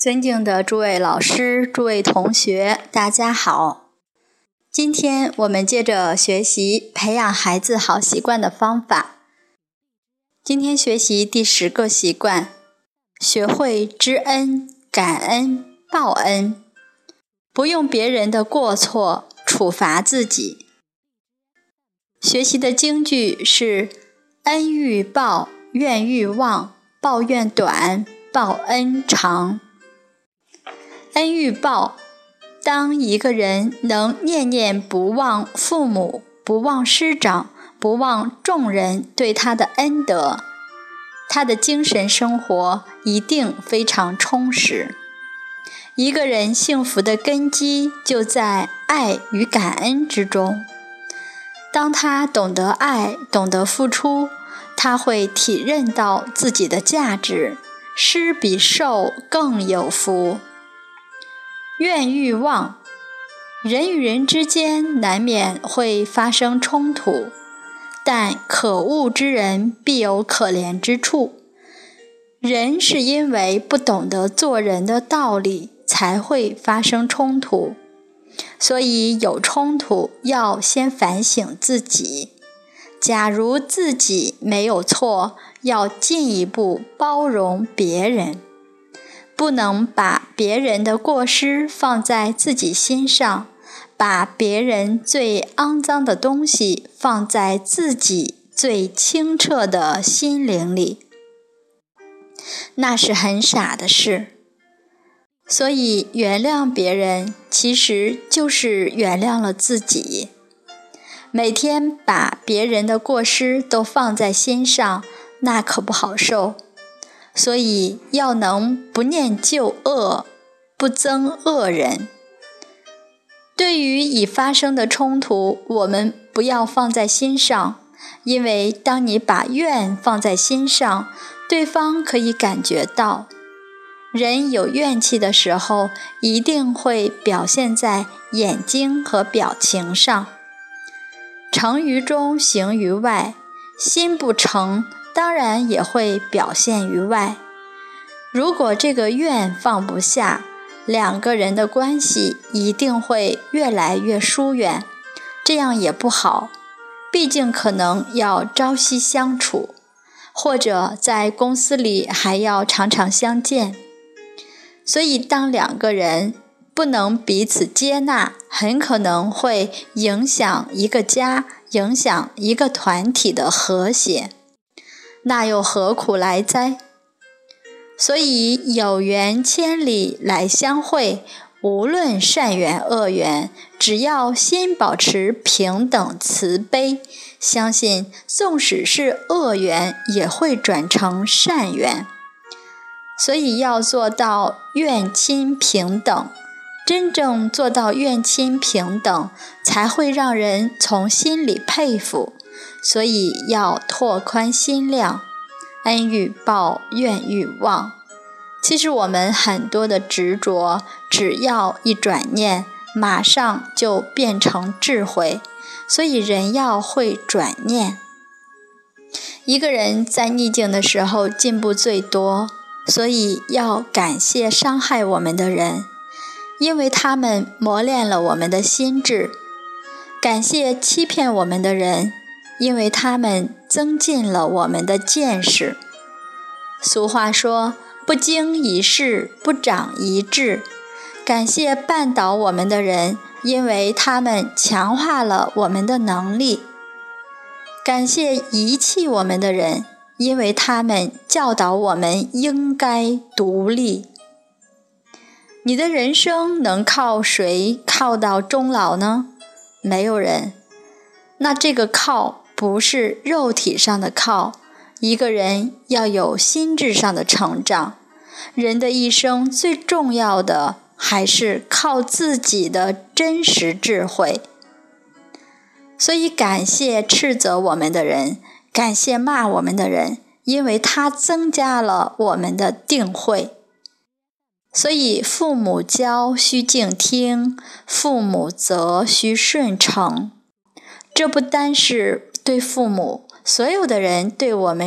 尊敬的诸位老师、诸位同学，大家好。今天我们接着学习培养孩子好习惯的方法。今天学习第10个习惯，学会知恩、感恩、报恩，不用别人的过错处罚自己。学习的金句是：恩欲报，怨欲忘，报怨短，报恩长。恩欲报，当一个人能念念不忘父母，不忘师长，不忘众人对他的恩德，他的精神生活一定非常充实。一个人幸福的根基就在爱与感恩之中。当他懂得爱，懂得付出，他会体认到自己的价值，施比受更有福。怨欲忘，人与人之间难免会发生冲突，但可恶之人必有可怜之处。人是因为不懂得做人的道理，才会发生冲突。所以有冲突要先反省自己。假如自己没有错，要进一步包容别人。不能把别人的过失放在自己心上，把别人最肮脏的东西放在自己最清澈的心灵里，那是很傻的事。所以原谅别人其实就是原谅了自己。每天把别人的过失都放在心上，那可不好受。所以要能不念旧恶，不增恶人。对于已发生的冲突，我们不要放在心上，因为当你把怨放在心上，对方可以感觉到。人有怨气的时候，一定会表现在眼睛和表情上。成于中，行于外，心不诚，当然也会表现于外。如果这个怨放不下，两个人的关系一定会越来越疏远，这样也不好。毕竟可能要朝夕相处，或者在公司里还要常常相见。所以当两个人不能彼此接纳，很可能会影响一个家，影响一个团体的和谐，那又何苦来哉？所以有缘千里来相会，无论善缘恶缘，只要心保持平等慈悲，相信纵使是恶缘也会转成善缘。所以要做到怨亲平等，真正做到怨亲平等，才会让人从心里佩服。所以要拓宽心量，恩欲报，怨欲忘。其实我们很多的执着，只要一转念，马上就变成智慧。所以人要会转念。一个人在逆境的时候进步最多，所以要感谢伤害我们的人，因为他们磨练了我们的心智；感谢欺骗我们的人，因为他们增进了我们的见识。俗话说，不经一事，不长一智。感谢绊倒我们的人，因为他们强化了我们的能力；感谢遗弃我们的人，因为他们教导我们应该独立。你的人生能靠谁靠到终老呢？没有人。那这个靠不是肉体上的靠，一个人要有心智上的成长。人的一生最重要的还是靠自己的真实智慧。所以感谢斥责我们的人，感谢骂我们的人，因为他增加了我们的定慧。所以父母教须敬听，父母责须顺承。这不单是对父母，所有的人对我们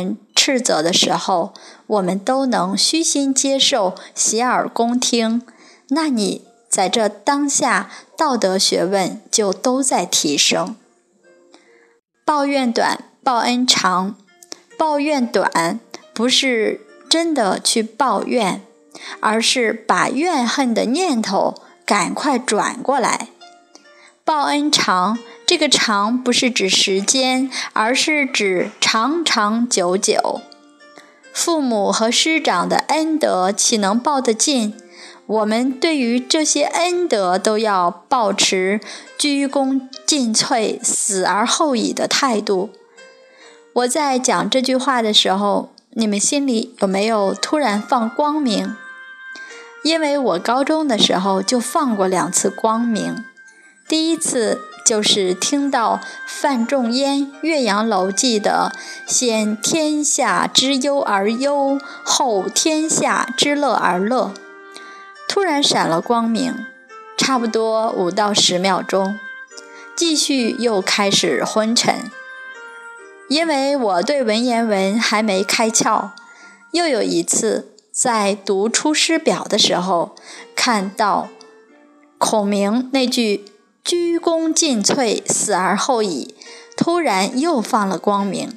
斥责的时候，我们都能虚心接受，洗耳恭听，那你在这当下道德学问就都在提升。抱怨短，报恩长。抱怨短不是真的去抱怨，而是把怨恨的念头赶快转过来。报恩长，这个长不是指时间，而是指长长久久。父母和师长的恩德岂能报得尽？我们对于这些恩德都要保持鞠躬尽瘁、死而后已的态度。我在讲这句话的时候，你们心里有没有突然放光明？因为我高中的时候就放过2次光明。第一次就是听到范仲淹《岳阳楼记》的先天下之忧而忧，后天下之乐而乐，突然闪了光明，差不多5到10秒钟，继续又开始昏沉。因为我对文言文还没开窍，又有一次在读《出师表》的时候，看到孔明那句鞠躬尽瘁，死而后已，突然又放了光明。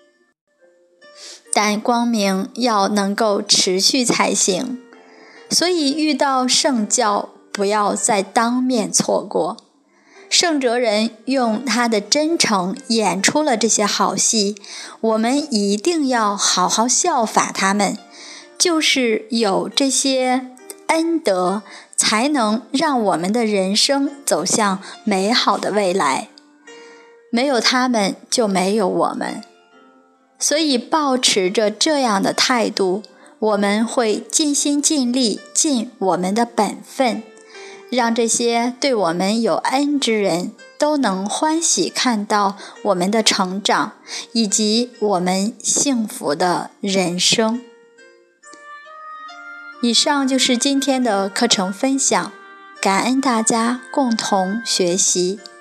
但光明要能够持续才行，所以遇到圣教不要再当面错过。圣哲人用他的真诚演出了这些好戏，我们一定要好好效法他们，就是有这些恩德，才能让我们的人生走向美好的未来。没有他们，就没有我们。所以抱持着这样的态度，我们会尽心尽力尽我们的本分，让这些对我们有恩之人都能欢喜看到我们的成长，以及我们幸福的人生。以上就是今天的课程分享，感恩大家共同学习。